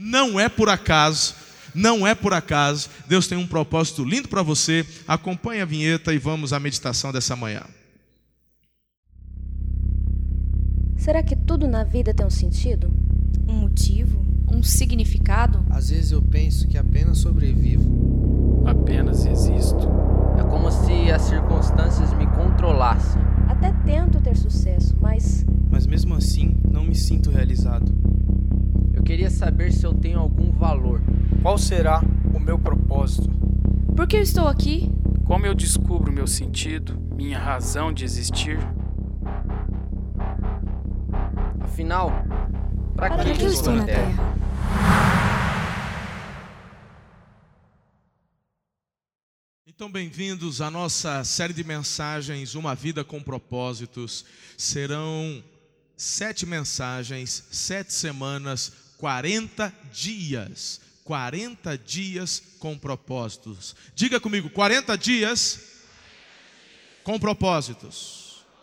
Não é por acaso, não é por acaso. Deus tem um propósito lindo para você. Acompanhe a vinheta e vamos à meditação dessa manhã. Será que tudo na vida tem um sentido? Um motivo? Um significado? Às vezes eu penso que apenas sobrevivo. Apenas existo. É como se as circunstâncias me controlassem. Até tento ter sucesso, mas mesmo assim não me sinto realizado. Eu queria saber se eu tenho algum valor. Qual será o meu propósito? Por que eu estou aqui? Como eu descubro meu sentido, minha razão de existir? Afinal, para que eu estou na Terra? Então, bem-vindos à nossa série de mensagens, Uma Vida com Propósitos. Serão 7 mensagens, 7 semanas, 40 dias. 40 dias com propósitos. Diga comigo, 40 dias com propósitos.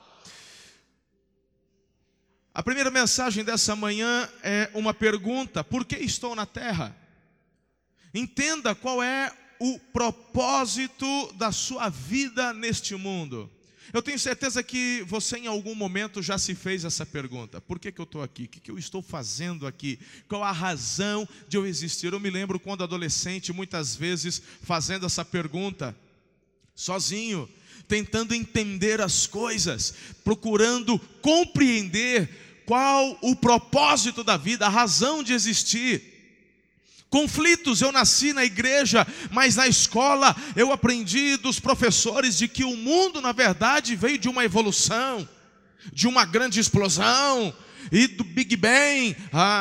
A primeira mensagem dessa manhã é uma pergunta: por que estou na terra? Entenda qual é o propósito da sua vida neste mundo. Eu tenho certeza que você em algum momento já se fez essa pergunta: por que eu estou aqui? O que eu estou fazendo aqui? Qual a razão de eu existir? Eu me lembro quando adolescente, muitas vezes fazendo essa pergunta, sozinho, tentando entender as coisas, procurando compreender qual o propósito da vida, a razão de existir. Conflitos, eu nasci na igreja, mas na escola eu aprendi dos professores de que o mundo na verdade veio de uma evolução, de uma grande explosão, e do Big Bang.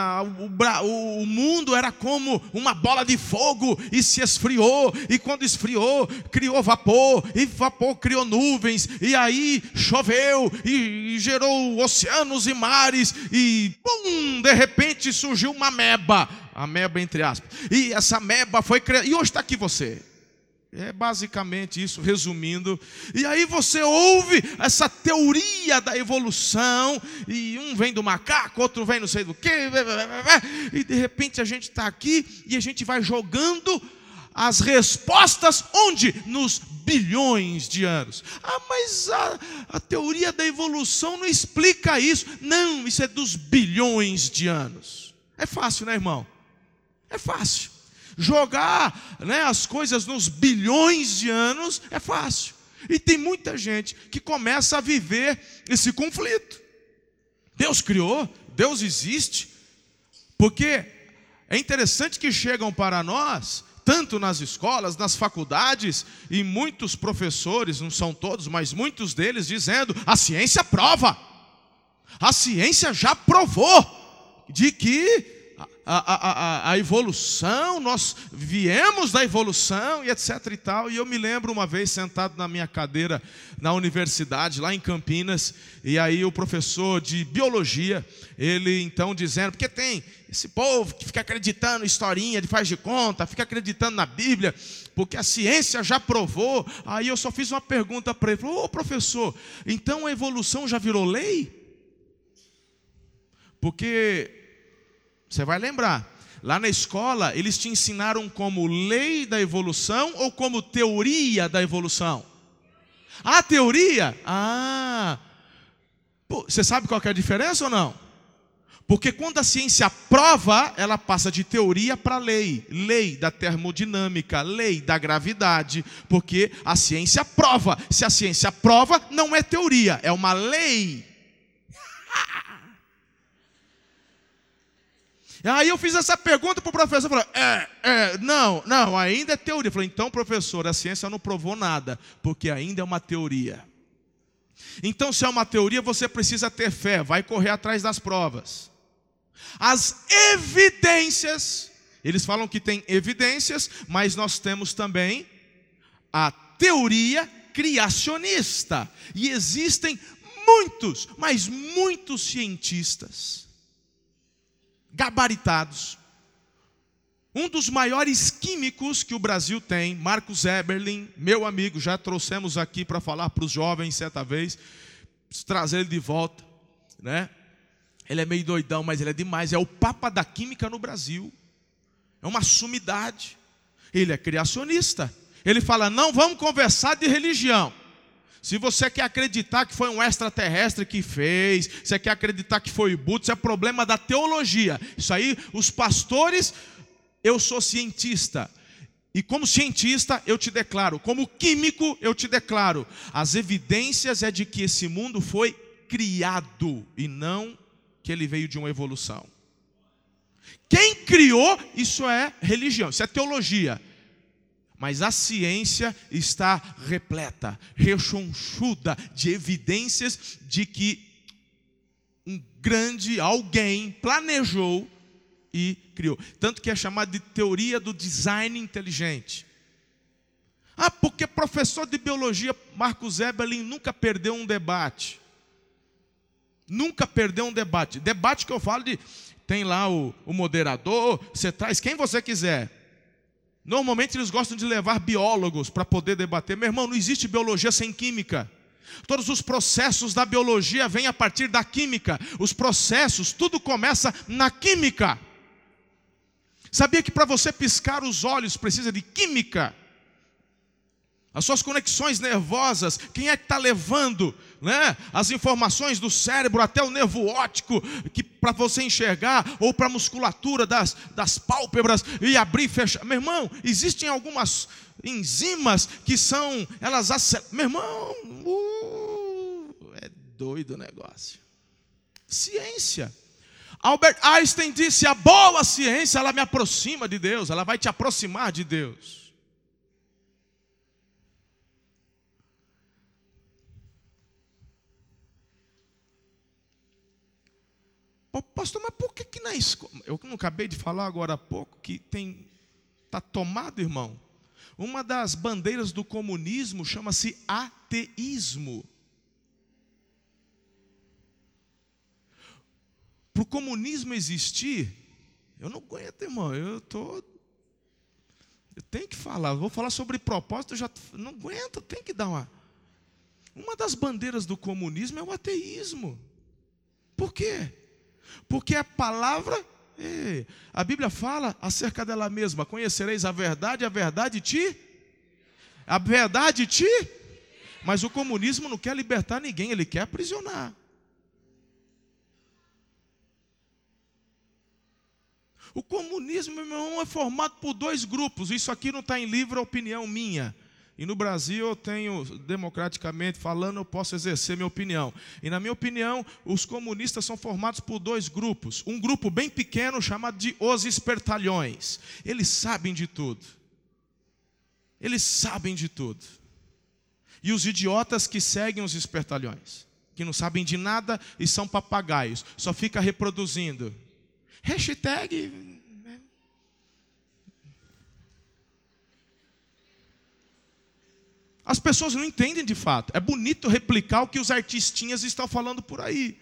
O mundo era como uma bola de fogo e se esfriou, e quando esfriou, criou vapor, e vapor criou nuvens, e aí choveu, e gerou oceanos e mares, e pum, de repente surgiu uma ameba entre aspas, e essa ameba foi criada, e hoje está aqui você. É basicamente isso, resumindo. E aí você ouve essa teoria da evolução, e um vem do macaco, outro vem não sei do que, e de repente a gente está aqui e a gente vai jogando as respostas onde? Nos bilhões de anos. Mas a teoria da evolução não explica isso. Não, isso é dos bilhões de anos. É fácil, né, irmão? É fácil. Jogar, as coisas nos bilhões de anos é fácil. E tem muita gente que começa a viver esse conflito. Deus criou, Deus existe. Porque é interessante que chegam para nós, tanto nas escolas, nas faculdades, e muitos professores, não são todos, mas muitos deles, dizendo: a ciência prova. A ciência já provou de que a evolução, nós viemos da evolução e etc e tal. E eu me lembro uma vez sentado na minha cadeira na universidade, lá em Campinas, e aí o professor de biologia, ele então dizendo, porque tem esse povo que fica acreditando em historinha de faz de conta, fica acreditando na Bíblia, porque a ciência já provou. Aí eu só fiz uma pergunta para ele: ô professor, então a evolução já virou lei? Porque você vai lembrar, lá na escola eles te ensinaram como lei da evolução ou como teoria da evolução? A teoria? Você sabe qual que é a diferença ou não? Porque quando a ciência prova, ela passa de teoria para lei. Lei da termodinâmica, lei da gravidade. Porque a ciência prova. Se a ciência prova, não é teoria, é uma lei. Aí eu fiz essa pergunta para o professor, falou: não, ainda é teoria. Eu falei: então, professor, a ciência não provou nada, porque ainda é uma teoria. Então, se é uma teoria, você precisa ter fé, vai correr atrás das provas. As evidências, eles falam que tem evidências, mas nós temos também a teoria criacionista. E existem muitos, mas muitos cientistas gabaritados. Um dos maiores químicos que o Brasil tem, Marcos Eberlin, meu amigo, já trouxemos aqui para falar para os jovens certa vez, preciso trazer ele de volta, né? Ele é meio doidão, mas ele é demais, é o papa da química no Brasil. É uma sumidade. Ele é criacionista. Ele fala, não vamos conversar de religião. Se você quer acreditar que foi um extraterrestre que fez, você quer acreditar que foi Buda, isso é problema da teologia. Isso aí, os pastores, eu sou cientista. E como cientista, eu te declaro, como químico, eu te declaro, as evidências é de que esse mundo foi criado e não que ele veio de uma evolução. Quem criou, isso é religião, isso é teologia. Mas a ciência está repleta, rechonchuda de evidências de que um grande alguém planejou e criou. Tanto que é chamado de teoria do design inteligente. Porque professor de biologia Marcos Eberlin nunca perdeu um debate. Nunca perdeu um debate. Debate que eu falo de... Tem lá o moderador, você traz quem você quiser. Normalmente eles gostam de levar biólogos para poder debater. Meu irmão, não existe biologia sem química. Todos os processos da biologia vêm a partir da química. Os processos, tudo começa na química. Sabia que para você piscar os olhos precisa de química? As suas conexões nervosas, quem é que está levando, né, as informações do cérebro até o nervo óptico, que para você enxergar, ou para a musculatura das pálpebras, e abrir e fechar. Meu irmão, existem algumas enzimas que são, elas aceleram. Meu irmão, é doido o negócio. Ciência. Albert Einstein disse, a boa ciência, ela me aproxima de Deus, ela vai te aproximar de Deus. Pastor, mas por que na escola? Eu não acabei de falar agora há pouco que está tomado, irmão. Uma das bandeiras do comunismo chama-se ateísmo. Para o comunismo existir, eu não aguento, irmão. Eu tenho que falar. Vou falar sobre propósito, eu já não aguento, tem que dar uma. Uma das bandeiras do comunismo é o ateísmo. Por quê? Porque a palavra, a Bíblia fala acerca dela mesma, conhecereis a verdade te... A verdade te... Mas o comunismo não quer libertar ninguém, ele quer aprisionar. O comunismo, meu irmão, é formado por dois grupos. Isso aqui não está em livro, é opinião minha. E no Brasil eu tenho, democraticamente falando, eu posso exercer minha opinião. E na minha opinião, os comunistas são formados por dois grupos. Um grupo bem pequeno chamado de os espertalhões. Eles sabem de tudo. Eles sabem de tudo. E os idiotas que seguem os espertalhões, que não sabem de nada e são papagaios, só fica reproduzindo. Hashtag... As pessoas não entendem de fato. É bonito replicar o que os artistinhas estão falando por aí.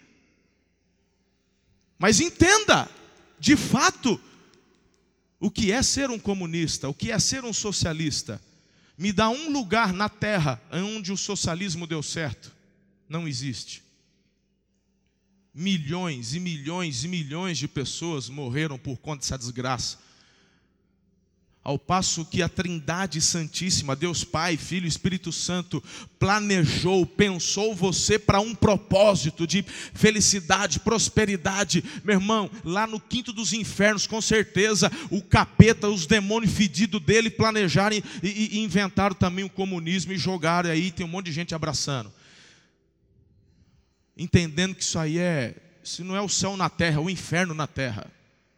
Mas entenda, de fato, o que é ser um comunista, o que é ser um socialista. Me dá um lugar na terra onde o socialismo deu certo. Não existe. Milhões e milhões e milhões de pessoas morreram por conta dessa desgraça. Ao passo que a Trindade Santíssima, Deus Pai, Filho e Espírito Santo, planejou, pensou você para um propósito de felicidade, prosperidade. Meu irmão, lá no quinto dos infernos, com certeza, o capeta, os demônios fedidos dele planejaram e inventaram também o comunismo e jogaram aí, tem um monte de gente abraçando. Entendendo que isso não é o céu na terra, é o inferno na terra.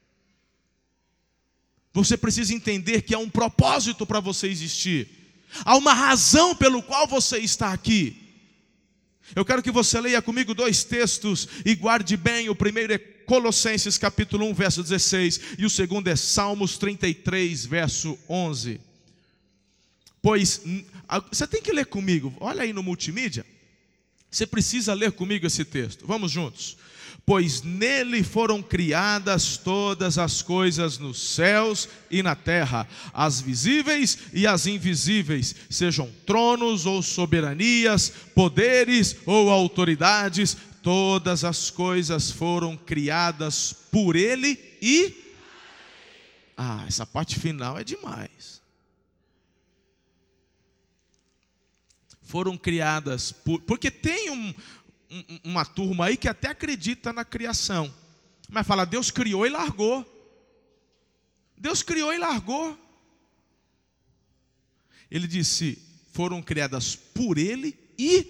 Você precisa entender que há um propósito para você existir. Há uma razão pelo qual você está aqui. Eu quero que você leia comigo dois textos e guarde bem. O primeiro é Colossenses capítulo 1, verso 16. E o segundo é Salmos 33, verso 11. Pois, você tem que ler comigo. Olha aí no multimídia. Você precisa ler comigo esse texto. Vamos juntos. Pois nele foram criadas todas as coisas nos céus e na terra, as visíveis e as invisíveis, sejam tronos ou soberanias, poderes ou autoridades, todas as coisas foram criadas por ele e Essa parte final é demais. Foram criadas porque tem uma turma aí que até acredita na criação, mas fala, Deus criou e largou. Deus criou e largou. Ele disse, foram criadas por Ele e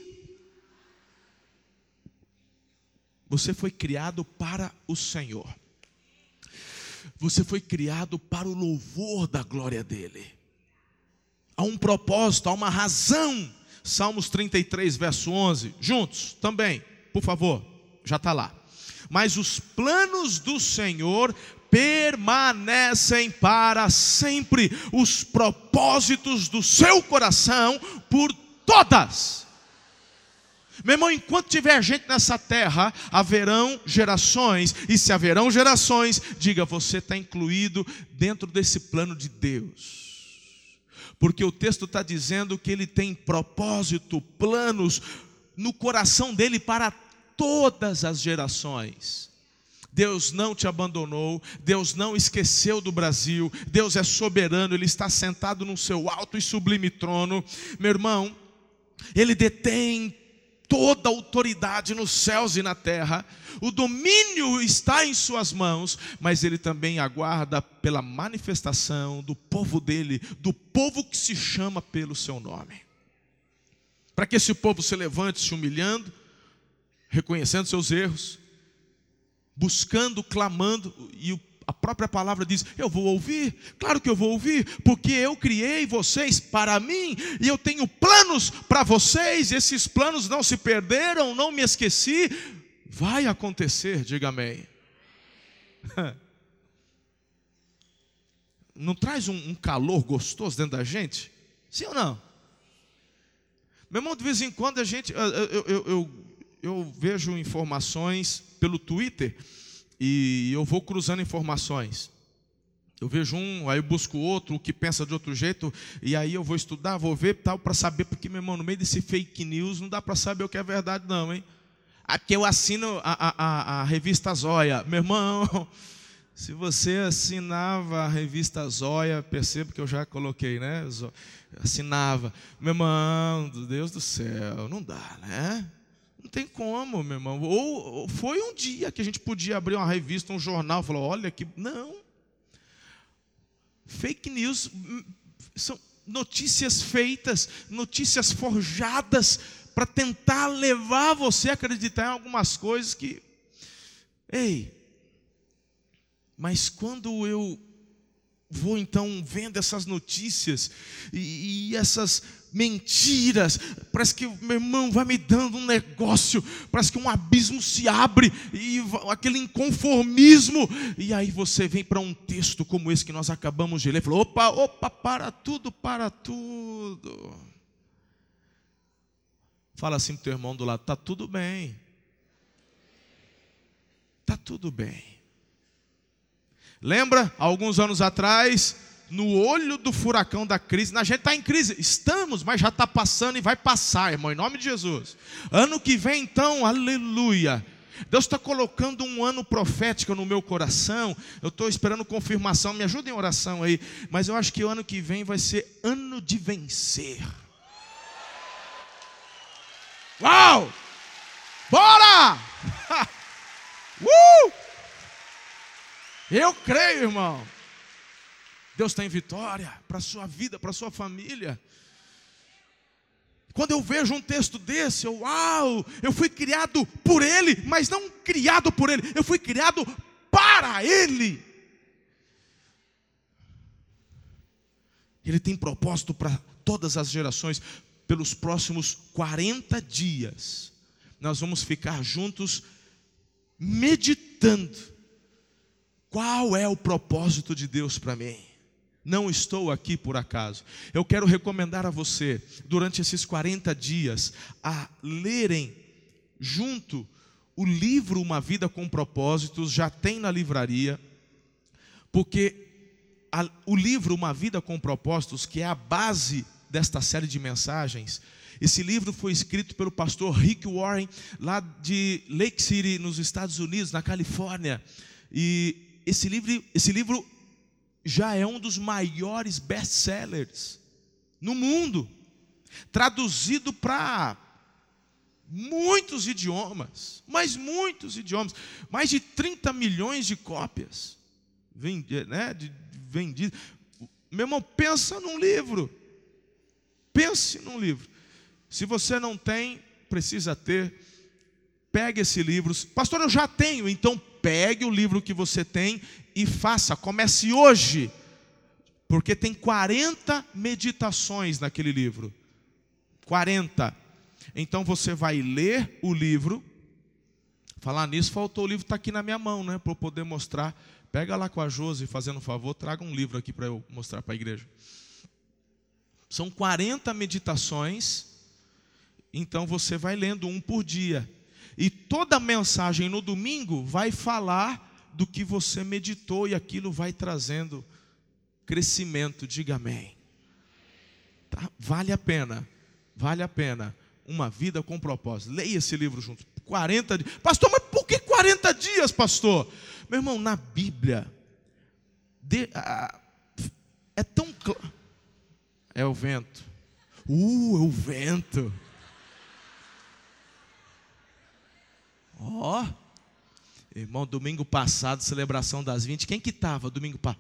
você foi criado para o Senhor. Você foi criado para o louvor da glória dEle. Há um propósito, há uma razão. Salmos 33, verso 11. Juntos, também, por favor, já está lá. Mas os planos do Senhor permanecem para sempre, os propósitos do seu coração por todas. Meu irmão, enquanto tiver gente nessa terra, haverão gerações, e se haverão gerações, diga, você está incluído dentro desse plano de Deus, porque o texto está dizendo que Ele tem propósito, planos no coração dEle para todas as gerações. Deus não te abandonou, Deus não esqueceu do Brasil, Deus é soberano, Ele está sentado no seu alto e sublime trono. Meu irmão, Ele detém toda a autoridade nos céus e na terra, o domínio está em suas mãos, mas Ele também aguarda pela manifestação do povo dEle, do povo que se chama pelo seu nome, para que esse povo se levante se humilhando, reconhecendo seus erros, buscando, clamando, e a própria palavra diz, eu vou ouvir, claro que eu vou ouvir, porque eu criei vocês para mim, e eu tenho planos para vocês, esses planos não se perderam, não me esqueci, vai acontecer, diga amém. Não traz um calor gostoso dentro da gente? Sim ou não? Meu irmão, de vez em quando a gente, eu vejo informações pelo Twitter, e eu vou cruzando informações. Eu vejo um, aí eu busco outro, o que pensa de outro jeito, e aí eu vou estudar, vou ver tal, para saber, porque, meu irmão, no meio desse fake news, não dá para saber o que é verdade não, hein? Aqui eu assino a revista Zóia. Meu irmão, se você assinava a revista Zóia, perceba que eu já coloquei, né? Assinava. Meu irmão, Deus do céu, não dá, né? Não tem como, meu irmão. Ou foi um dia que a gente podia abrir uma revista, um jornal, falar, olha que... Não. Fake news são notícias feitas, notícias forjadas para tentar levar você a acreditar em algumas coisas que... Ei, mas quando eu vou então vendo essas notícias e essas mentiras, parece que meu irmão vai me dando um negócio, parece que um abismo se abre e aquele inconformismo, e aí você vem para um texto como esse que nós acabamos de ler e falou, opa, para tudo. Fala assim pro teu irmão do lado, está tudo bem. Está tudo bem. Lembra, alguns anos atrás, no olho do furacão da crise, a gente está em crise, estamos, mas já está passando e vai passar, irmão, em nome de Jesus. Ano que vem então, aleluia, Deus está colocando um ano profético no meu coração, eu estou esperando confirmação, me ajuda em oração aí, mas eu acho que o ano que vem vai ser ano de vencer. Uau! Bora! Eu creio, irmão. Deus tem vitória para a sua vida, para a sua família. Quando eu vejo um texto desse, eu fui criado por Ele, mas não criado por Ele, eu fui criado para Ele. Ele tem propósito para todas as gerações. Pelos próximos 40 dias, nós vamos ficar juntos meditando. Qual é o propósito de Deus para mim? Não estou aqui por acaso. Eu quero recomendar a você, durante esses 40 dias, a lerem junto o livro Uma Vida com Propósitos, já tem na livraria, porque o livro Uma Vida com Propósitos, que é a base desta série de mensagens, esse livro foi escrito pelo pastor Rick Warren, lá de Lake City, nos Estados Unidos, na Califórnia, e esse livro já é um dos maiores best-sellers no mundo, traduzido para muitos idiomas, mas muitos idiomas, mais de 30 milhões de cópias vendidas. Meu irmão, pensa num livro. Pense num livro. Se você não tem, precisa ter. Pegue esse livro. Pastor, eu já tenho. Então pegue o livro que você tem e faça. Comece hoje. Porque tem 40 meditações naquele livro. 40. Então você vai ler o livro. Falar nisso, faltou o livro, está aqui na minha mão, né? Para eu poder mostrar. Pega lá com a Josi, fazendo um favor, traga um livro aqui para eu mostrar para a igreja. São 40 meditações. Então você vai lendo um por dia. E toda mensagem no domingo vai falar do que você meditou. E aquilo vai trazendo crescimento. Diga amém. Tá? Vale a pena. Vale a pena. Uma vida com propósito. Leia esse livro junto. 40 dias. Pastor, mas por que 40 dias, pastor? Meu irmão, na Bíblia é tão claro. É o vento. É o vento. Ó, irmão, domingo passado, celebração das 20. Quem que estava domingo passado?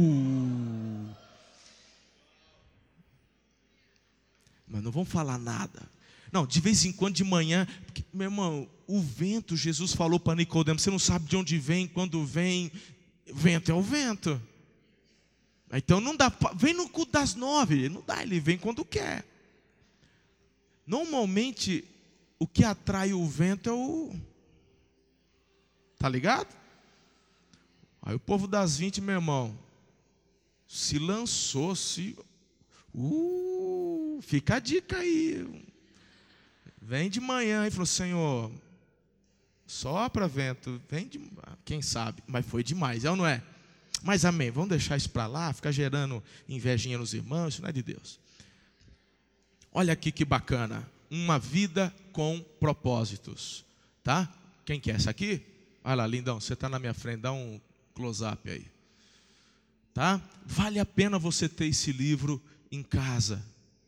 Mas não vamos falar nada. Não, de vez em quando de manhã, porque, meu irmão, o vento, Jesus falou para Nicodemo, você não sabe de onde vem, quando vem, vento é o vento. Então não dá, vem no culto das 9, não dá, ele vem quando quer. Normalmente, o que atrai o vento é o... Tá ligado? Aí o povo das 20, meu irmão, se lançou, fica a dica aí. Vem de manhã e falou, Senhor, sopra vento, vem de... Quem sabe, mas foi demais, é ou não é? Mas amém, vamos deixar isso para lá, ficar gerando invejinha nos irmãos, isso não é de Deus. Olha aqui que bacana, uma vida com propósitos, tá? Quem quer essa aqui? Olha lá, lindão, você está na minha frente, dá um close-up aí. Tá? Vale a pena você ter esse livro em casa.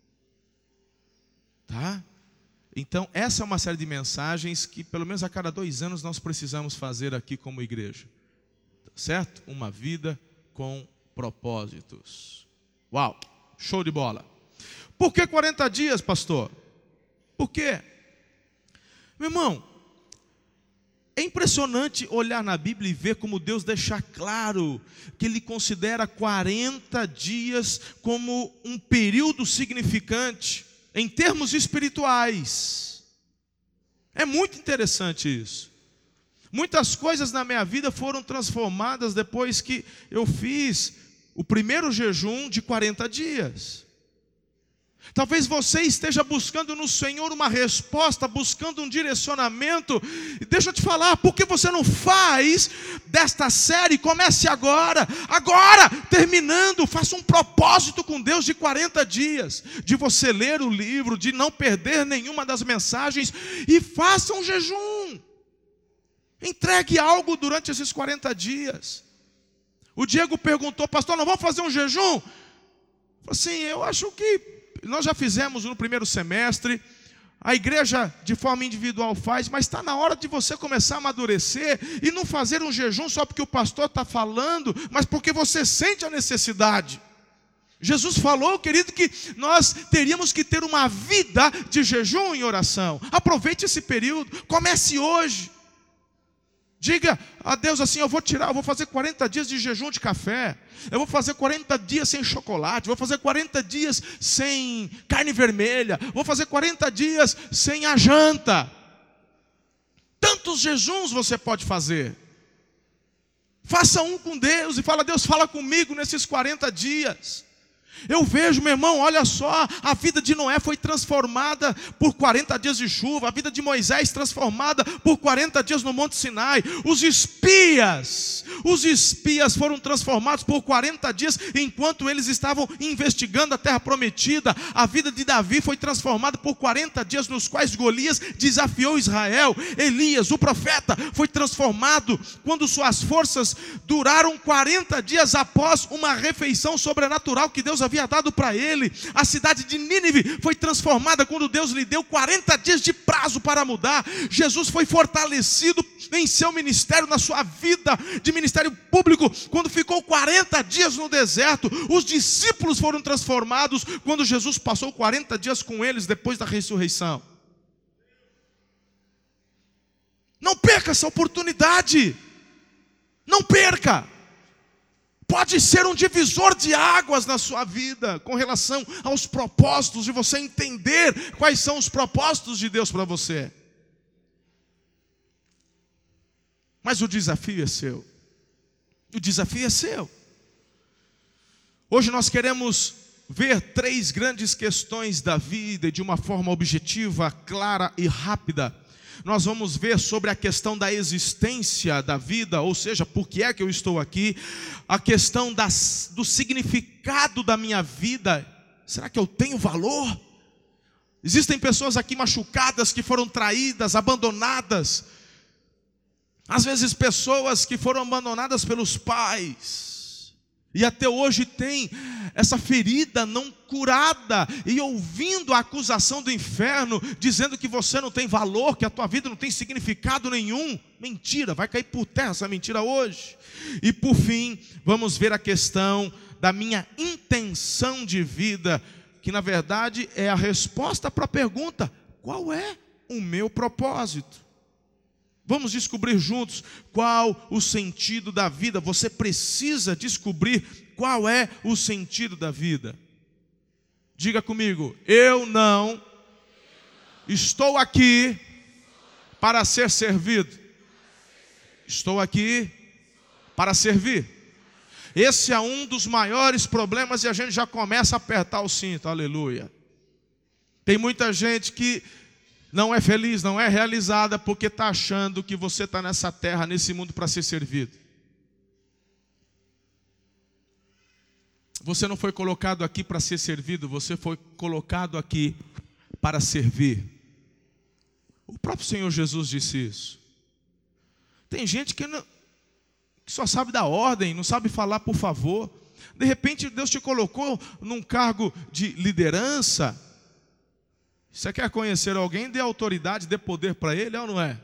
Tá? Então, essa é uma série de mensagens que pelo menos a cada 2 anos nós precisamos fazer aqui como igreja. Certo? Uma vida com propósitos. Uau, show de bola. Por que 40 dias, pastor? Por quê? Meu irmão, é impressionante olhar na Bíblia e ver como Deus deixa claro que Ele considera 40 dias como um período significante em termos espirituais. É muito interessante isso. Muitas coisas na minha vida foram transformadas depois que eu fiz o primeiro jejum de 40 dias. Talvez você esteja buscando no Senhor uma resposta, buscando um direcionamento. E deixa eu te falar, por que você não faz desta série? Comece agora, terminando, faça um propósito com Deus de 40 dias. De você ler o livro, de não perder nenhuma das mensagens. E faça um jejum. Entregue algo durante esses 40 dias. O Diego perguntou, pastor, não vamos fazer um jejum? Eu falei assim, eu acho que nós já fizemos no primeiro semestre, a igreja de forma individual faz, mas está na hora de você começar a amadurecer e não fazer um jejum só porque o pastor está falando, mas porque você sente a necessidade. Jesus falou, querido, que nós teríamos que ter uma vida de jejum e oração. Aproveite esse período, comece hoje. Diga a Deus assim, eu vou fazer 40 dias de jejum de café. Eu vou fazer 40 dias sem chocolate. Vou fazer 40 dias sem carne vermelha. Vou fazer 40 dias sem a janta. Tantos jejuns você pode fazer. Faça um com Deus e fala, Deus, fala comigo nesses 40 dias. Eu vejo, meu irmão, olha só, a vida de Noé foi transformada por 40 dias de chuva, a vida de Moisés transformada por 40 dias no Monte Sinai. Os espias foram transformados por 40 dias enquanto eles estavam investigando a terra prometida. A vida de Davi foi transformada por 40 dias nos quais Golias desafiou Israel. Elias, o profeta, foi transformado quando suas forças duraram 40 dias após uma refeição sobrenatural que Deus havia dado para ele. A cidade de Nínive foi transformada quando Deus lhe deu 40 dias de prazo para mudar. Jesus foi fortalecido em seu ministério, na sua vida de ministério público, quando ficou 40 dias no deserto. Os discípulos foram transformados quando Jesus passou 40 dias com eles depois da ressurreição. Não perca essa oportunidade. Não perca. Pode ser um divisor de águas na sua vida com relação aos propósitos, de você entender quais são os propósitos de Deus para você. Mas o desafio é seu. O desafio é seu. Hoje nós queremos ver 3 grandes questões da vida de uma forma objetiva, clara e rápida. Nós vamos ver sobre a questão da existência da vida, ou seja, por que é que eu estou aqui, a questão do significado da minha vida. Será que eu tenho valor? Existem pessoas aqui machucadas, que foram traídas, abandonadas. Às vezes pessoas que foram abandonadas pelos pais e até hoje tem essa ferida não curada, e ouvindo a acusação do inferno, dizendo que você não tem valor, que a tua vida não tem significado nenhum. Mentira, vai cair por terra essa mentira hoje. E por fim, vamos ver a questão da minha intenção de vida, que na verdade é a resposta para a pergunta: qual é o meu propósito? Vamos descobrir juntos qual o sentido da vida. Você precisa descobrir qual é o sentido da vida. Diga comigo: eu não estou aqui para ser servido. Estou aqui para servir. Esse é um dos maiores problemas e a gente já começa a apertar o cinto. Aleluia. Tem muita gente que não é feliz, não é realizada, porque está achando que você está nessa terra, nesse mundo, para ser servido. Você não foi colocado aqui para ser servido, você foi colocado aqui para servir. O próprio Senhor Jesus disse isso. Tem gente que só sabe dar ordem, não sabe falar por favor. De repente Deus te colocou num cargo de liderança. Você quer conhecer alguém? Dê autoridade, dê poder para ele, é ou não é?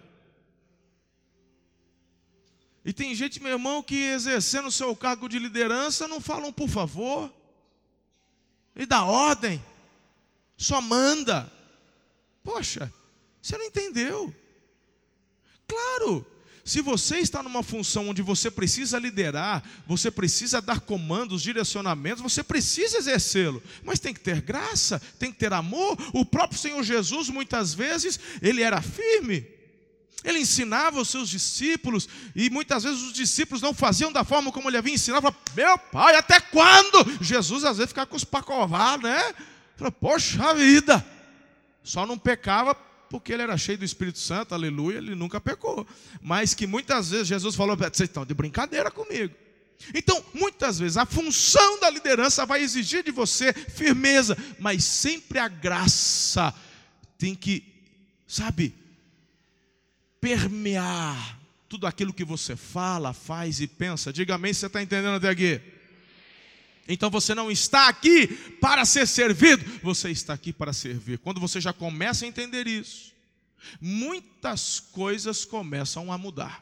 E tem gente, meu irmão, que exercendo o seu cargo de liderança não falam por favor. Ele dá ordem, só manda. Poxa, você não entendeu. Claro, se você está numa função onde você precisa liderar, você precisa dar comandos, direcionamentos, você precisa exercê-lo, mas tem que ter graça, tem que ter amor. O próprio Senhor Jesus, muitas vezes, ele era firme, ele ensinava os seus discípulos, e muitas vezes os discípulos não faziam da forma como ele havia ensinado. Falava: meu pai, até quando? Jesus às vezes ficava com os pacovados, né? Falava: poxa vida, só não pecava porque ele era cheio do Espírito Santo, aleluia, ele nunca pecou. Mas que muitas vezes Jesus falou: vocês estão de brincadeira comigo. Então, muitas vezes, a função da liderança vai exigir de você firmeza, mas sempre a graça tem que, permear tudo aquilo que você fala, faz e pensa. Diga amém, você está entendendo até aqui? Então você não está aqui para ser servido, você está aqui para servir. Quando você já começa a entender isso, muitas coisas começam a mudar.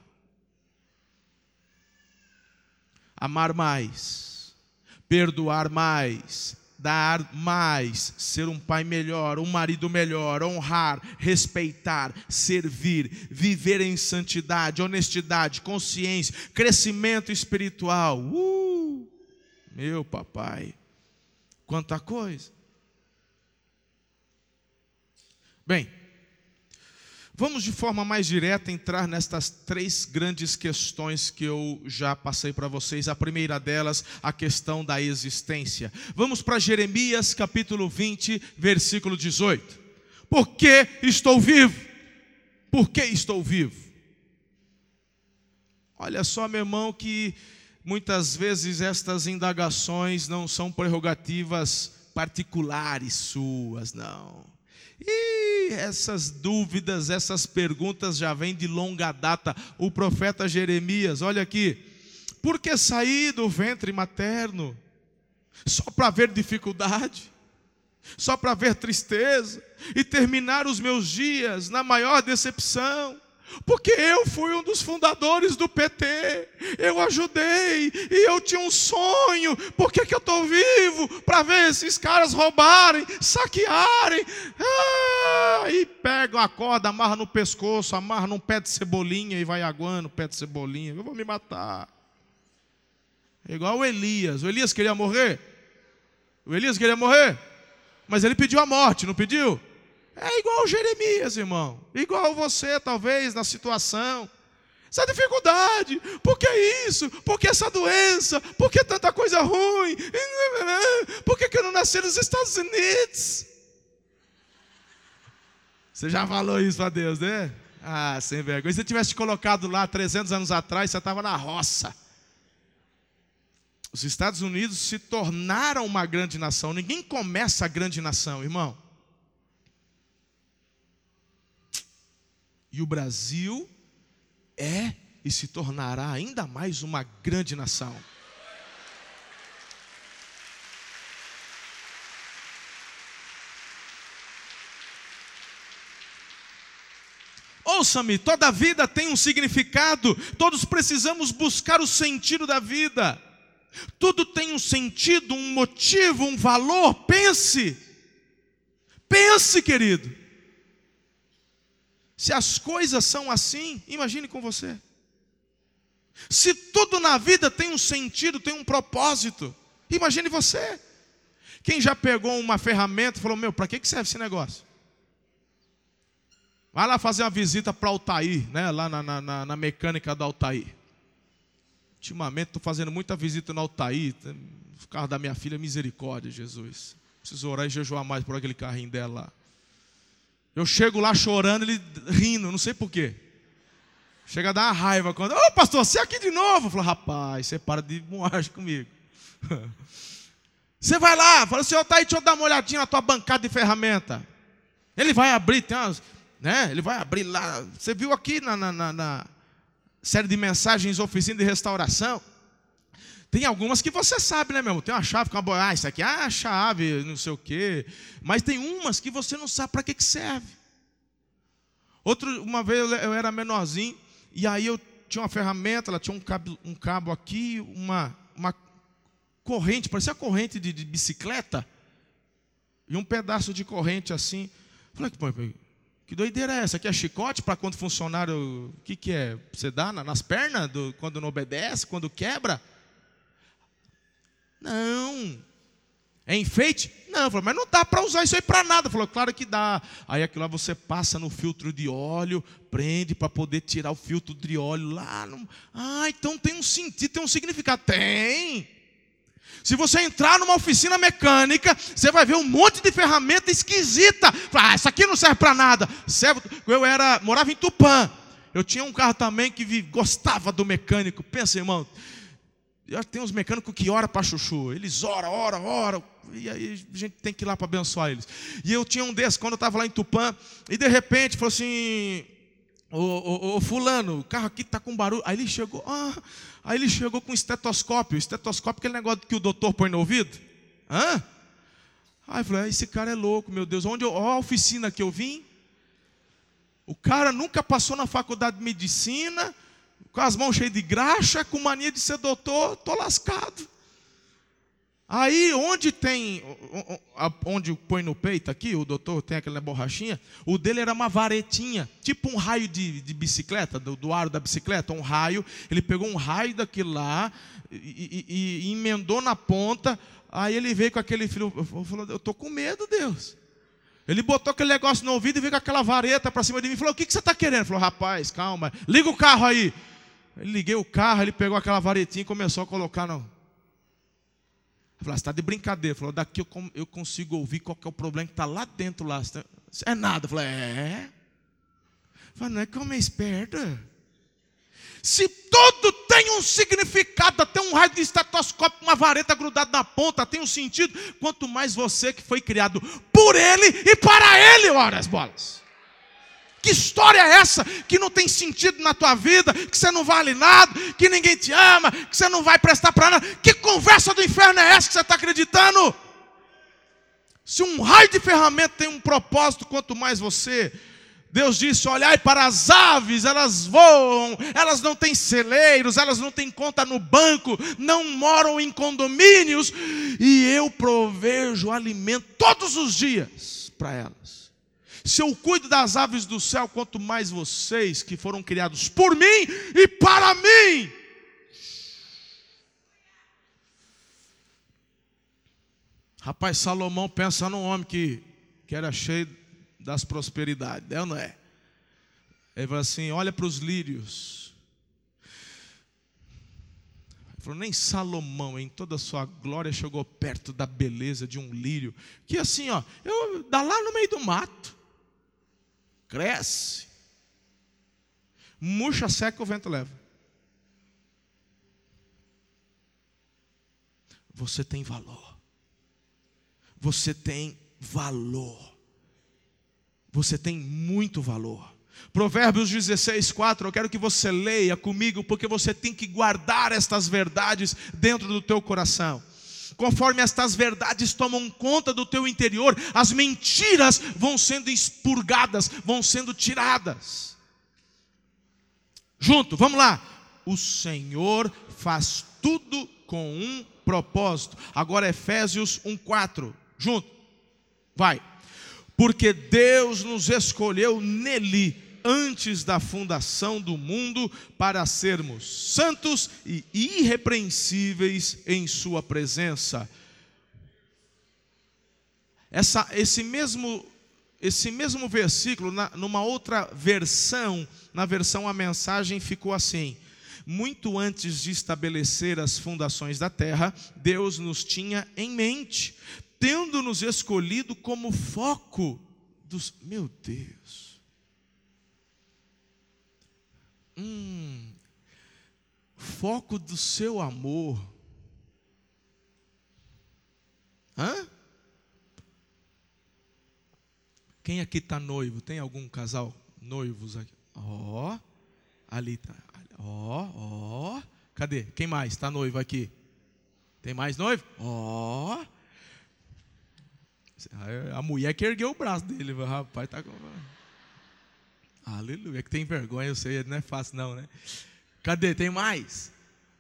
Amar mais, perdoar mais, dar mais, ser um pai melhor, um marido melhor, honrar, respeitar, servir, viver em santidade, honestidade, consciência, crescimento espiritual. Meu papai, quanta coisa. Bem, Vamos de forma mais direta entrar nestas 3 grandes questões que eu já passei para vocês. A primeira delas, a questão da existência. Vamos para Jeremias capítulo 20, versículo 18. Por que estou vivo? Por que estou vivo? Olha só, meu irmão, que muitas vezes estas indagações não são prerrogativas particulares suas, não. E essas dúvidas, essas perguntas já vêm de longa data. O profeta Jeremias, olha aqui. Por que saí do ventre materno? Só para ver dificuldade? Só para ver tristeza? E terminar os meus dias na maior decepção? Porque eu fui um dos fundadores do PT, eu ajudei, e eu tinha um sonho. Por que eu estou vivo? Para ver esses caras roubarem, saquearem. E pega a corda, amarra no pescoço, amarra num pé de cebolinha e vai aguando o pé de cebolinha. Eu vou me matar. É igual o Elias. O Elias queria morrer? O Elias queria morrer? Mas ele pediu a morte, não pediu? É igual o Jeremias, irmão. Igual você, talvez, na situação. Essa dificuldade. Por que isso? Por que essa doença? Por que tanta coisa ruim? Por que eu não nasci nos Estados Unidos? Você já falou isso para Deus, né? Ah, sem vergonha. Se você tivesse te colocado lá 300 anos atrás, você estava na roça. Os Estados Unidos se tornaram uma grande nação. Ninguém começa a grande nação, irmão. E o Brasil é e se tornará ainda mais uma grande nação. Ouça-me, toda vida tem um significado. Todos precisamos buscar o sentido da vida. Tudo tem um sentido, um motivo, um valor. Pense. Pense, querido. Se as coisas são assim, imagine com você. Se tudo na vida tem um sentido, tem um propósito, imagine você. Quem já pegou uma ferramenta e falou, para que serve esse negócio? Vai lá fazer uma visita para Altair, né? Lá na mecânica do Altair. Ultimamente estou fazendo muita visita no Altair. O carro da minha filha, misericórdia, Jesus. Preciso orar e jejuar mais por aquele carrinho dela lá. Eu chego lá chorando, ele rindo, não sei porquê. Chega a dar uma raiva quando... Ô pastor, você é aqui de novo? Eu falo, rapaz, você para de moagem comigo. Você vai lá, fala assim, tá aí, deixa eu dar uma olhadinha na tua bancada de ferramenta. Ele vai abrir, tem umas, né? Ele vai abrir lá. Você viu aqui na série de mensagens Oficina de Restauração? Tem algumas que você sabe, né, meu irmão? Tem uma chave com uma boia. Isso aqui é a chave, não sei o quê. Mas tem umas que você não sabe para que serve. Uma vez eu era menorzinho, e aí eu tinha uma ferramenta, ela tinha um cabo aqui, uma corrente, parecia corrente de bicicleta, e um pedaço de corrente assim. Falei, que doideira é essa? Aqui é chicote para quando funcionário... O que é? Você dá nas pernas, quando não obedece, quando quebra? Não. É enfeite? Não. Falei, mas não dá para usar isso aí para nada. Falou, claro que dá. Aí aquilo lá você passa no filtro de óleo, prende para poder tirar o filtro de óleo lá. Então tem um sentido, tem um significado. Tem. Se você entrar numa oficina mecânica, você vai ver um monte de ferramenta esquisita. Fala, isso aqui não serve para nada. Eu morava em Tupã. Eu tinha um carro também que gostava do mecânico. Pensa, irmão. Tem uns mecânicos que oram para chuchu. Eles oram. E aí a gente tem que ir lá para abençoar eles. E eu tinha um desses, quando eu estava lá em Tupã. E de repente falou assim, ô fulano, o carro aqui está com barulho. Aí ele chegou com um estetoscópio. Estetoscópio é aquele negócio que o doutor põe no ouvido. Aí eu falei, esse cara é louco, meu Deus. Olha a oficina que eu vim. O cara nunca passou na faculdade de medicina, com as mãos cheias de graxa, com mania de ser doutor, estou lascado. Aí, onde põe no peito aqui, o doutor tem aquela borrachinha, o dele era uma varetinha, tipo um raio de bicicleta, do aro da bicicleta, um raio. Ele pegou um raio daquilo lá e emendou na ponta. Aí ele veio com aquele filho, falou, eu estou com medo, Deus. Ele botou aquele negócio no ouvido e veio com aquela vareta para cima de mim e falou: o que você está querendo? Ele falou: rapaz, calma, liga o carro aí. Eu liguei o carro, ele pegou aquela varetinha e começou a colocar no... Eu falei: você está de brincadeira. Ele falou: daqui eu consigo ouvir qual que é o problema que está lá dentro. Lá. É nada. Eu falei: é? Eu falei: não é que homem esperto. Se tudo tem um significado, até um raio de estetoscópio, uma vareta grudada na ponta, tem um sentido, quanto mais você que foi criado por Ele e para Ele, ora as bolas. Que história é essa que não tem sentido na tua vida, que você não vale nada, que ninguém te ama, que você não vai prestar para nada? Que conversa do inferno é essa que você está acreditando? Se um raio de ferramenta tem um propósito, quanto mais você... Deus disse: olhai para as aves, elas voam, elas não têm celeiros, elas não têm conta no banco, não moram em condomínios, e eu provejo alimento todos os dias para elas. Se eu cuido das aves do céu, quanto mais vocês que foram criados por mim e para mim. Rapaz, Salomão pensa num homem que era cheio das prosperidades, é ou não é? Ele falou assim: olha para os lírios. Ele falou: nem Salomão em toda a sua glória chegou perto da beleza de um lírio, que assim, ó, dá lá no meio do mato, cresce, murcha, seca, o vento leva. Você tem valor. Você tem valor. Você tem muito valor. Provérbios 16:4, eu quero que você leia comigo, porque você tem que guardar estas verdades dentro do teu coração. Conforme estas verdades tomam conta do teu interior, as mentiras vão sendo expurgadas, vão sendo tiradas. Junto, vamos lá. O Senhor faz tudo com um propósito. Agora Efésios 1:4, junto, vai. Porque Deus nos escolheu nele antes da fundação do mundo para sermos santos e irrepreensíveis em sua presença. Esse mesmo versículo, numa outra versão, na versão A Mensagem, ficou assim: muito antes de estabelecer as fundações da terra, Deus nos tinha em mente, tendo nos escolhido como foco dos... Meu Deus. Foco do seu amor. Hã? Quem aqui está noivo? Tem algum casal noivos aqui? Ó, ali está. Ó. Cadê? Quem mais está noivo aqui? Tem mais noivo? Ó. A mulher que ergueu o braço dele, o rapaz tá com... Aleluia, que tem vergonha, eu sei, não é fácil não, né? Cadê? Tem mais?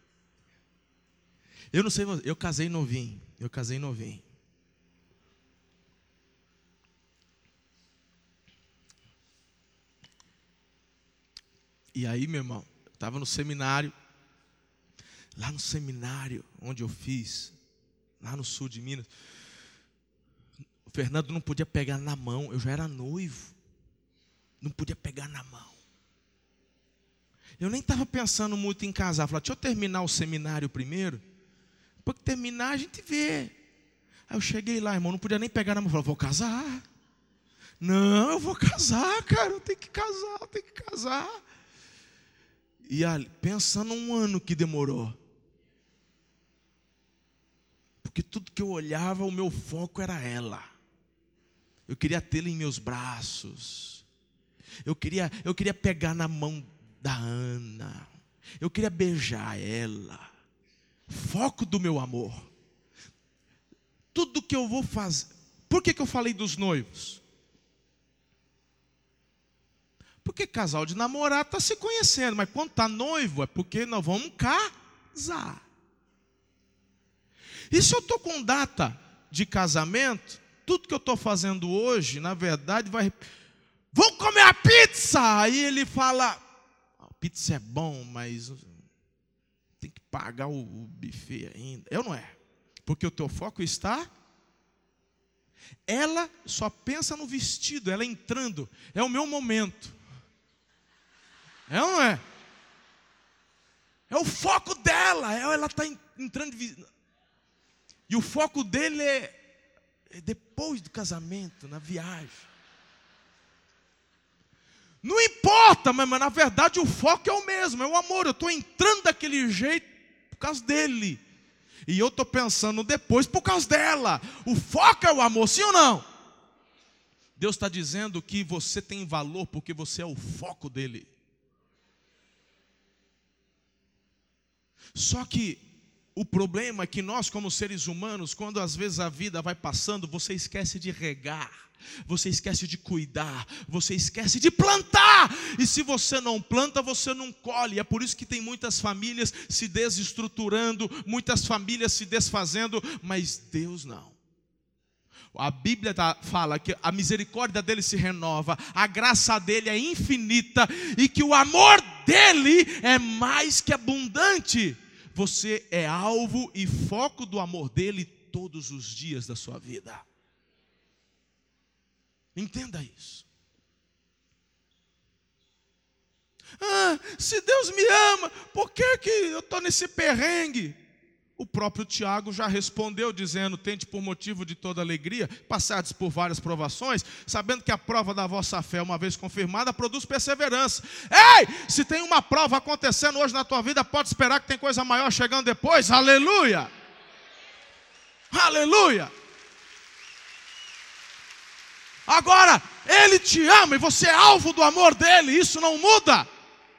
Eu não sei, eu casei novinho. E aí, meu irmão, eu estava no seminário, lá no seminário onde eu fiz, lá no sul de Minas. O Fernando não podia pegar na mão, eu já era noivo, não podia pegar na mão. Eu nem estava pensando muito em casar, falei: deixa eu terminar o seminário primeiro, depois que terminar a gente vê. Aí eu cheguei lá, irmão, não podia nem pegar na mão, falei: vou casar. Não, eu vou casar, cara, eu tenho que casar. E ali, pensando um ano que demorou. Porque tudo que eu olhava, o meu foco era ela. Eu queria tê-la em meus braços. Eu queria pegar na mão da Ana. Eu queria beijar ela. Foco do meu amor. Tudo que eu vou fazer. Por que eu falei dos noivos? Porque casal de namorado está se conhecendo, mas quando está noivo é porque nós vamos casar. E se eu estou com data de casamento, tudo que eu estou fazendo hoje, na verdade, vamos comer a pizza! Aí ele fala: a pizza é bom, mas tem que pagar o buffet ainda. Eu não é. Porque o teu foco está Ela só pensa no vestido, ela entrando. É o meu momento. É ou não é? É o foco dela. Ela está entrando. E o foco dele é depois do casamento, na viagem. Não importa, mas na verdade o foco é o mesmo, é o amor. Eu estou entrando daquele jeito por causa dele. E eu estou pensando depois por causa dela. O foco é o amor, sim ou não? Deus está dizendo que você tem valor porque você é o foco dele. Só que o problema é que nós, como seres humanos, quando às vezes a vida vai passando, você esquece de regar, você esquece de cuidar, você esquece de plantar. E se você não planta, você não colhe. É por isso que tem muitas famílias se desestruturando, muitas famílias se desfazendo, mas Deus não. A Bíblia fala que a misericórdia dele se renova, a graça dele é infinita e que o amor dele é mais que abundante. Você é alvo e foco do amor dele todos os dias da sua vida. Entenda isso. Se Deus me ama, por que eu estou nesse perrengue? O próprio Tiago já respondeu dizendo: tente por motivo de toda alegria, passados por várias provações, sabendo que a prova da vossa fé, uma vez confirmada, produz perseverança. Ei, se tem uma prova acontecendo hoje na tua vida, pode esperar que tem coisa maior chegando depois. Aleluia! Aleluia! Agora, Ele te ama e você é alvo do amor dEle, isso não muda.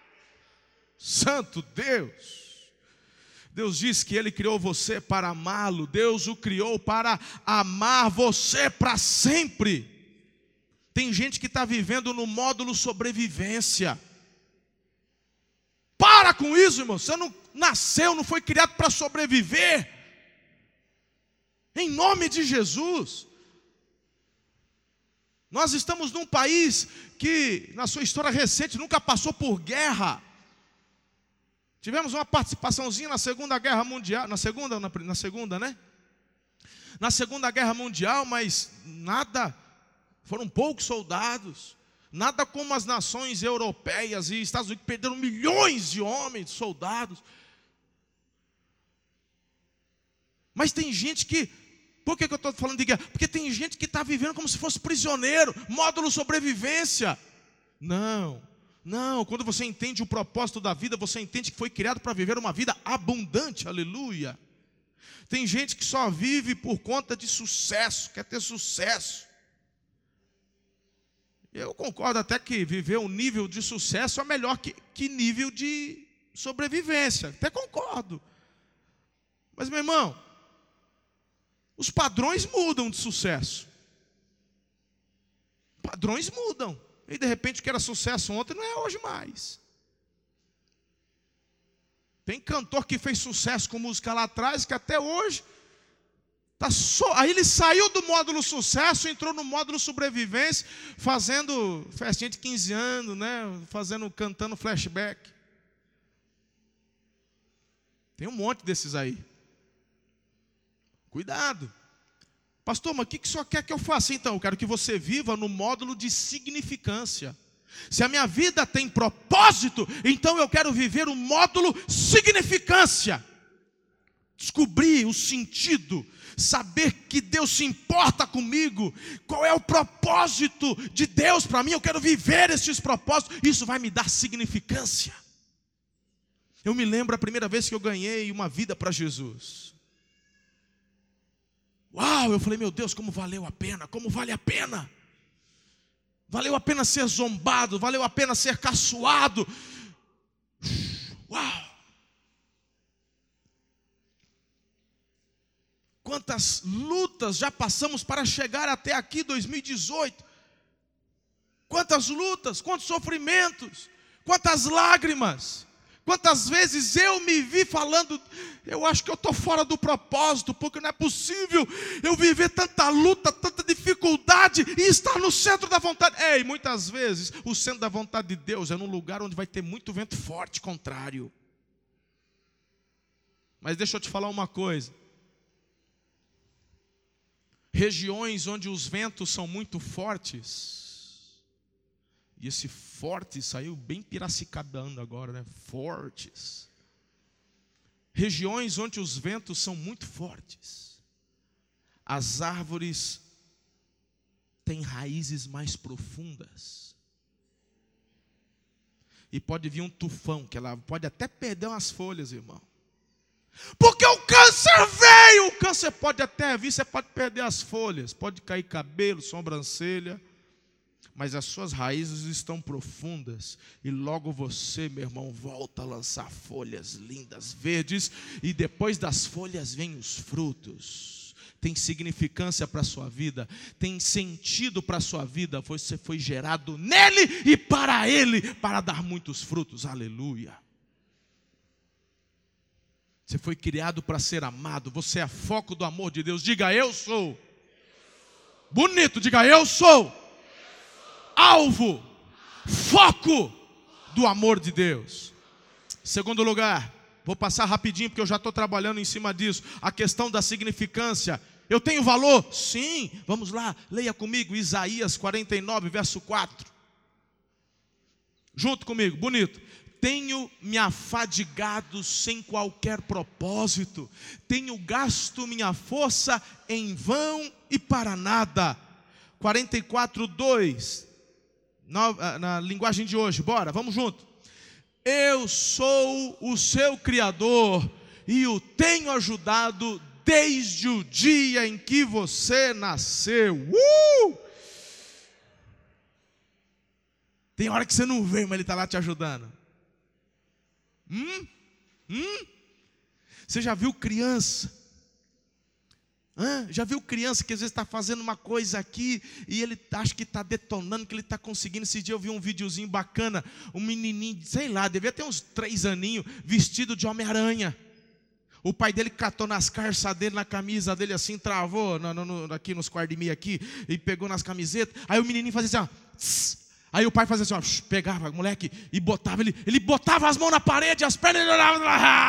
Santo Deus! Deus diz que Ele criou você para amá-lo. Deus o criou para amar você para sempre. Tem gente que está vivendo no módulo sobrevivência. Para com isso, irmão. Você não nasceu, não foi criado para sobreviver. Em nome de Jesus. Nós estamos num país que, na sua história recente, nunca passou por guerra. Tivemos uma participaçãozinha na Segunda Guerra Mundial, na segunda, né? Na Segunda Guerra Mundial, mas nada, foram poucos soldados, nada como as nações europeias e Estados Unidos, que perderam milhões de homens, soldados. Mas tem gente que, por que eu estou falando de guerra? Porque tem gente que está vivendo como se fosse prisioneiro, módulo sobrevivência. Não, quando você entende o propósito da vida, você entende que foi criado para viver uma vida abundante, aleluia. Tem gente que só vive por conta de sucesso, quer ter sucesso. Eu concordo até que viver um nível de sucesso é melhor que nível de sobrevivência, até concordo. Mas, meu irmão, os padrões mudam de sucesso. Padrões mudam. E de repente o que era sucesso ontem não é hoje mais. Tem cantor que fez sucesso com música lá atrás, que até hoje aí ele saiu do módulo sucesso, entrou no módulo sobrevivência, fazendo festinha de 15 anos, né? Cantando flashback. Tem um monte desses aí. Cuidado. Pastor, mas o que o senhor quer que eu faça? Então, eu quero que você viva no módulo de significância. Se a minha vida tem propósito, então eu quero viver o módulo significância. Descobrir o sentido, saber que Deus se importa comigo, qual é o propósito de Deus para mim, eu quero viver esses propósitos, isso vai me dar significância. Eu me lembro a primeira vez que eu ganhei uma vida para Jesus. Uau, eu falei, meu Deus, como valeu a pena, como vale a pena. Valeu a pena ser zombado, valeu a pena ser caçoado. Uau. Quantas lutas já passamos para chegar até aqui, 2018. Quantas lutas, quantos sofrimentos, quantas lágrimas. Quantas vezes eu me vi falando, eu acho que eu estou fora do propósito, porque não é possível eu viver tanta luta, tanta dificuldade e estar no centro da vontade. Ei, muitas vezes o centro da vontade de Deus é num lugar onde vai ter muito vento forte, contrário. Mas deixa eu te falar uma coisa. regiões onde os ventos são muito fortes. E esse forte saiu bem piracicabando agora, né? Fortes. Regiões onde os ventos são muito fortes. As árvores têm raízes mais profundas. E pode vir um tufão, que ela pode até perder umas folhas, irmão. Porque o câncer veio. O câncer pode até vir, você pode perder as folhas, pode cair cabelo, sobrancelha, mas as suas raízes estão profundas. E logo você, meu irmão, volta a lançar folhas lindas, verdes. E depois das folhas vêm os frutos. Tem significância para a sua vida, tem sentido para a sua vida. Você foi gerado nele e para ele, para dar muitos frutos. Aleluia. Você foi criado para ser amado. Você é foco do amor de Deus. Diga, eu sou. Bonito, diga, eu sou. Alvo, foco do amor de Deus. Segundo lugar, vou passar rapidinho porque eu já estou trabalhando em cima disso. A questão da significância. Eu tenho valor? Sim. Vamos lá, leia comigo Isaías 49, verso 4. Junto comigo, bonito. Tenho me afadigado sem qualquer propósito. Tenho gasto minha força em vão e para nada. 44, 2. Na linguagem de hoje, bora, vamos junto. Eu sou o seu Criador e o tenho ajudado desde o dia em que você nasceu. Tem hora que você não vê, mas ele está lá te ajudando. Você já viu criança? Já viu criança que às vezes está fazendo uma coisa aqui e ele acha que está detonando, que ele está conseguindo? Esse dia eu vi um videozinho bacana, um menininho, sei lá, devia ter uns 3 aninhos, vestido de Homem-Aranha. O pai dele catou nas carças dele, na camisa dele assim, travou aqui nos quartos de meia aqui, e pegou nas camisetas. Aí o menininho fazia assim, ó, tss. Aí o pai fazia assim, ó, pegava o moleque e botava, ele botava as mãos na parede, as pernas, ele olhava,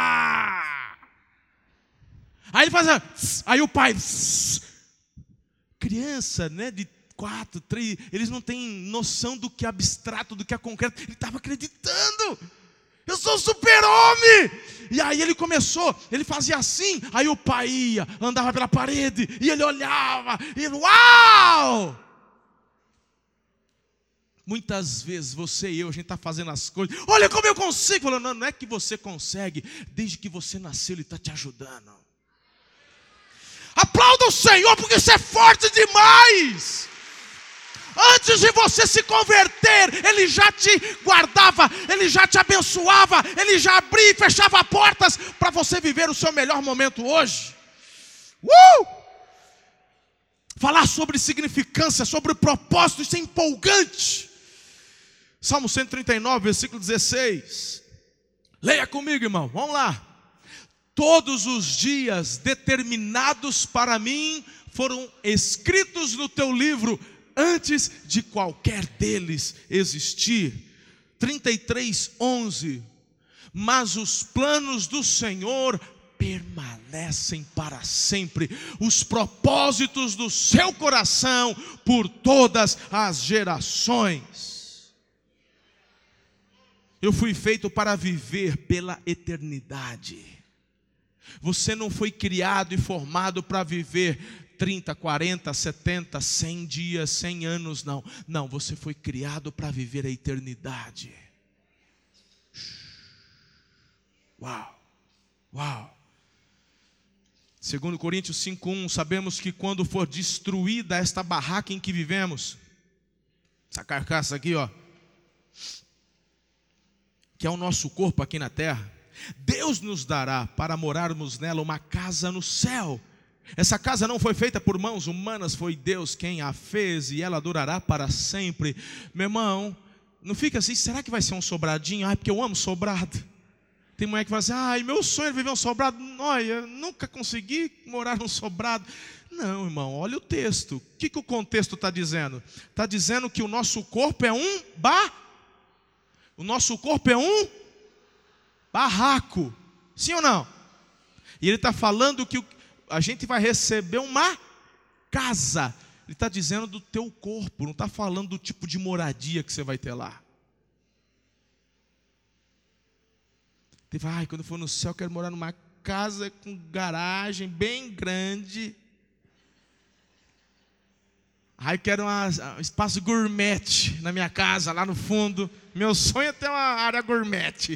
aí ele fazia, tss. Aí o pai, tss. Criança, né, de 4, 3, eles não têm noção do que é abstrato, do que é concreto. Ele estava acreditando. Eu sou o super-homem. E aí ele começou, ele fazia assim. Aí o pai ia, andava pela parede, e ele olhava, e ele, uau! Muitas vezes você e eu, a gente está fazendo as coisas. Olha como eu consigo. Falando, não é que você consegue. Desde que você nasceu, Ele está te ajudando. Aplauda o Senhor, porque isso é forte demais. Antes de você se converter, Ele já te guardava, Ele já te abençoava, Ele já abria e fechava portas para você viver o seu melhor momento hoje. Falar sobre significância, sobre propósito, isso é empolgante. Salmo 139, versículo 16. Leia comigo, irmão, vamos lá. Todos os dias determinados para mim foram escritos no teu livro, antes de qualquer deles existir. 33, 11. Mas os planos do Senhor permanecem para sempre, os propósitos do seu coração por todas as gerações. Eu fui feito para viver pela eternidade. Você não foi criado e formado para viver 30, 40, 70, 100 dias, 100 anos, não. Não, você foi criado para viver a eternidade. Uau, uau. 2 Coríntios 5:1, sabemos que quando for destruída esta barraca em que vivemos, essa carcaça aqui, ó, que é o nosso corpo aqui na terra, Deus nos dará para morarmos nela uma casa no céu. Essa casa não foi feita por mãos humanas, foi Deus quem a fez e ela durará para sempre. Meu irmão, não fica assim, será que vai ser um sobradinho? Ai, porque eu amo sobrado. Tem mulher que fala assim, ai, meu sonho é viver um sobrado. Olha, eu nunca consegui morar num sobrado. Não, irmão, olha o texto. O que o contexto está dizendo? Está dizendo que o nosso corpo é um O nosso corpo é um barraco. Sim ou não? E ele está falando que a gente vai receber uma casa. Ele está dizendo do teu corpo, não está falando do tipo de moradia que você vai ter lá. Ele vai, quando eu for no céu, eu quero morar numa casa com garagem bem grande. Aí quero um espaço gourmet na minha casa, lá no fundo. Meu sonho é ter uma área gourmet.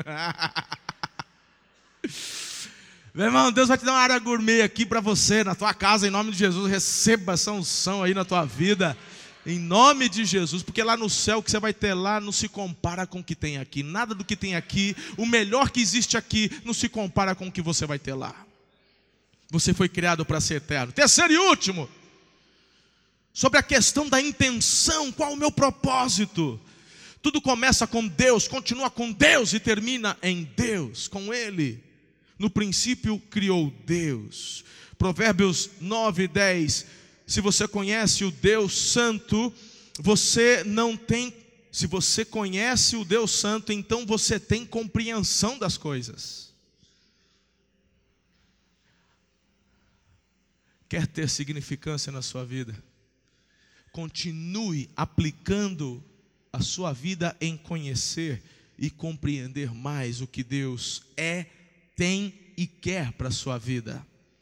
Meu irmão, Deus vai te dar uma área gourmet aqui para você, na tua casa, em nome de Jesus. Receba essa unção aí na tua vida, em nome de Jesus. Porque lá no céu, o que você vai ter lá não se compara com o que tem aqui. Nada do que tem aqui, o melhor que existe aqui, não se compara com o que você vai ter lá. Você foi criado para ser eterno. Terceiro e último, sobre a questão da intenção, qual o meu propósito? Tudo começa com Deus, continua com Deus e termina em Deus, com Ele. No princípio criou Deus. Provérbios 9:10. Se você conhece o Deus Santo, você não tem. Se você conhece o Deus Santo, então você tem compreensão das coisas. Quer ter significância na sua vida? Continue aplicando a sua vida em conhecer e compreender mais o que Deus é, tem e quer para a sua vida.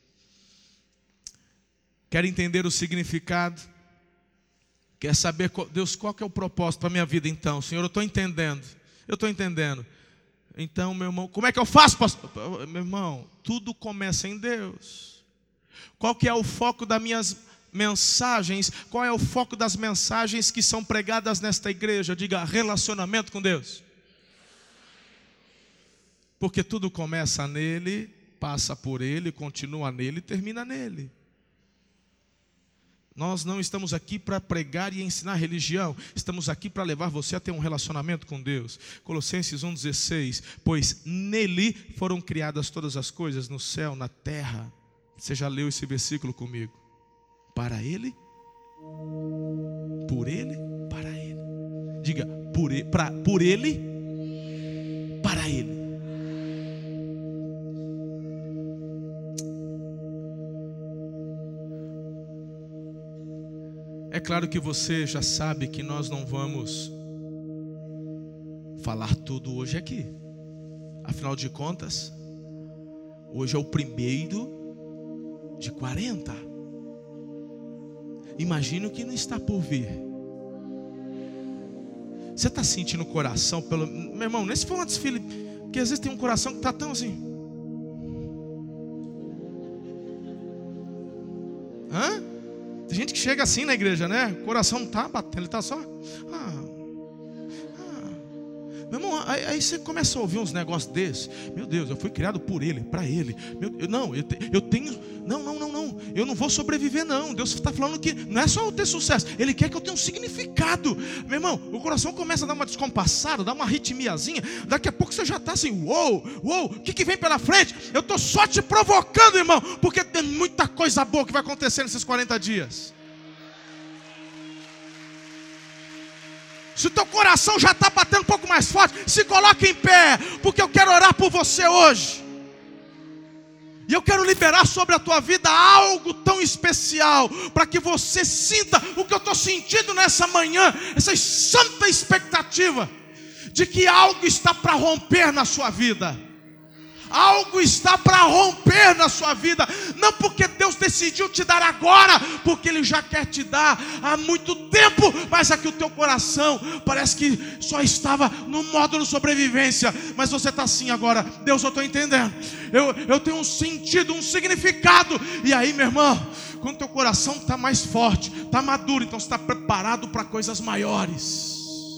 Quer entender o significado? Quer saber, Deus, qual que é o propósito para a minha vida então? Senhor, eu estou entendendo. Então, meu irmão, como é que eu faço, pastor? Meu irmão, tudo começa em Deus. Qual que é o foco das minhas mensagens? Qual é o foco das mensagens que são pregadas nesta igreja? Diga, relacionamento com Deus. Porque tudo começa nele, passa por ele, continua nele e termina nele. Nós não estamos aqui para pregar e ensinar religião. Estamos aqui para levar você a ter um relacionamento com Deus. Colossenses 1,16. Pois nele foram criadas todas as coisas, no céu, na terra. Você já leu esse versículo comigo? Para ele, por ele, para ele. Diga, por ele, para ele. É claro que você já sabe que nós não vamos falar tudo hoje aqui. Afinal de contas, hoje é o primeiro de 40. Imagine o que não está por vir. Você está sentindo o coração pelo... Meu irmão, nesse foi um desfile, porque às vezes tem um coração que está tão assim. Hã? Tem gente que chega assim na igreja, né? O coração não está batendo, ele está só... Meu irmão, aí você começa a ouvir uns negócios desses. Meu Deus, eu fui criado por ele, para ele. Eu tenho... Não. Eu não vou sobreviver não. Deus está falando que não é só eu ter sucesso. Ele quer que eu tenha um significado. Meu irmão, o coração começa a dar uma descompassada, dá uma arritmiazinha. Daqui a pouco você já está assim, uou, o que vem pela frente? Eu estou só te provocando, irmão, porque tem muita coisa boa que vai acontecer nesses 40 dias. Se o teu coração já está batendo um pouco mais forte, se coloque em pé, porque eu quero orar por você hoje. E eu quero liberar sobre a tua vida algo tão especial, para que você sinta o que eu estou sentindo nessa manhã, essa santa expectativa, de que algo está para romper na sua vida. Algo está para romper na sua vida. Não porque Deus decidiu te dar agora, porque Ele já quer te dar há muito tempo. Mas aqui o teu coração parece que só estava no módulo sobrevivência. Mas você está assim agora. Deus, eu estou entendendo. Eu tenho um sentido, um significado. E aí, meu irmão, quando teu coração está mais forte, está maduro, então você está preparado para coisas maiores.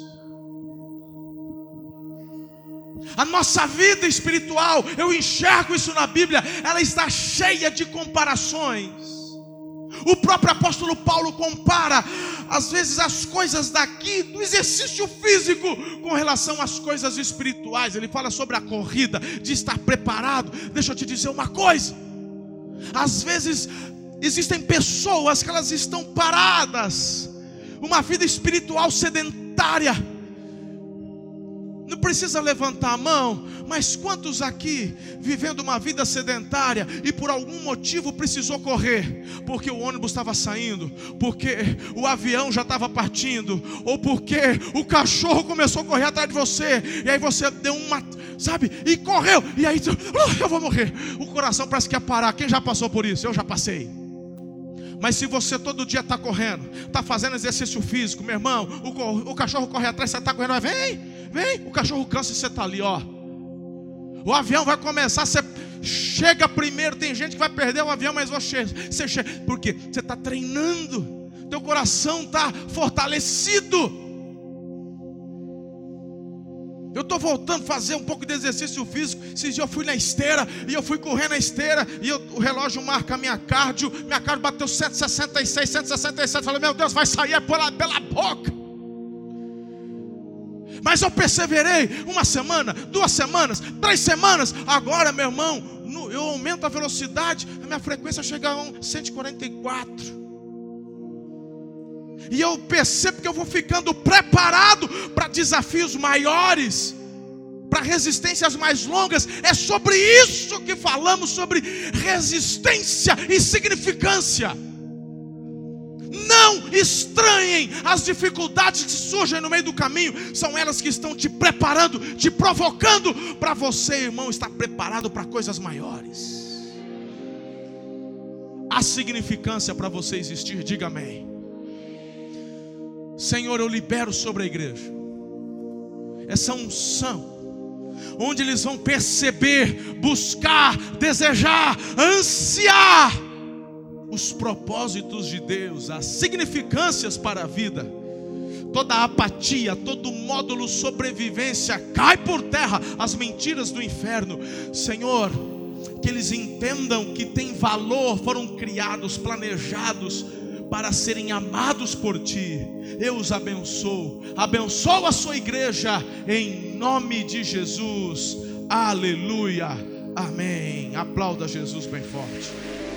A nossa vida espiritual, eu enxergo isso na Bíblia, ela está cheia de comparações. O próprio apóstolo Paulo compara, às vezes, as coisas daqui, do exercício físico, com relação às coisas espirituais. Ele fala sobre a corrida, de estar preparado. Deixa eu te dizer uma coisa. Às vezes, existem pessoas que elas estão paradas, uma vida espiritual sedentária, Não precisa levantar a mão, mas quantos aqui vivendo uma vida sedentária e por algum motivo precisou correr? Porque o ônibus estava saindo, porque o avião já estava partindo, ou porque o cachorro começou a correr atrás de você, e aí você deu uma, sabe, e correu, e aí eu vou morrer. O coração parece que ia parar. Quem já passou por isso? Eu já passei. Mas se você todo dia está correndo, está fazendo exercício físico, meu irmão, o cachorro corre atrás, você está correndo, mas vem, o cachorro cansa e você está ali, ó. O avião vai começar, você chega primeiro, tem gente que vai perder o avião, mas você chega, porque você está treinando, teu coração está fortalecido. Eu estou voltando a fazer um pouco de exercício físico. Esses dias eu fui na esteira, e eu fui correr na esteira, e o relógio marca a minha cardio bateu 166, 167, falei, meu Deus, vai sair pela boca. Mas eu perseverei 1 semana, 2 semanas, 3 semanas. Agora, meu irmão, eu aumento a velocidade, a minha frequência chega a 144. E eu percebo que eu vou ficando preparado para desafios maiores, para resistências mais longas. É sobre isso que falamos, sobre resistência e significância. Não estranhem as dificuldades que surgem no meio do caminho. São elas que estão te preparando, te provocando, para você, irmão, estar preparado para coisas maiores. Há significância para você existir, diga amém. Senhor, eu libero sobre a igreja essa unção, onde eles vão perceber, buscar, desejar, ansiar os propósitos de Deus, as significâncias para a vida. Toda a apatia, todo módulo sobrevivência cai por terra, as mentiras do inferno. Senhor, que eles entendam que tem valor, foram criados, planejados para serem amados por Ti. Eu os abençoo, abençoo a sua igreja, em nome de Jesus, aleluia, amém. Aplauda Jesus bem forte.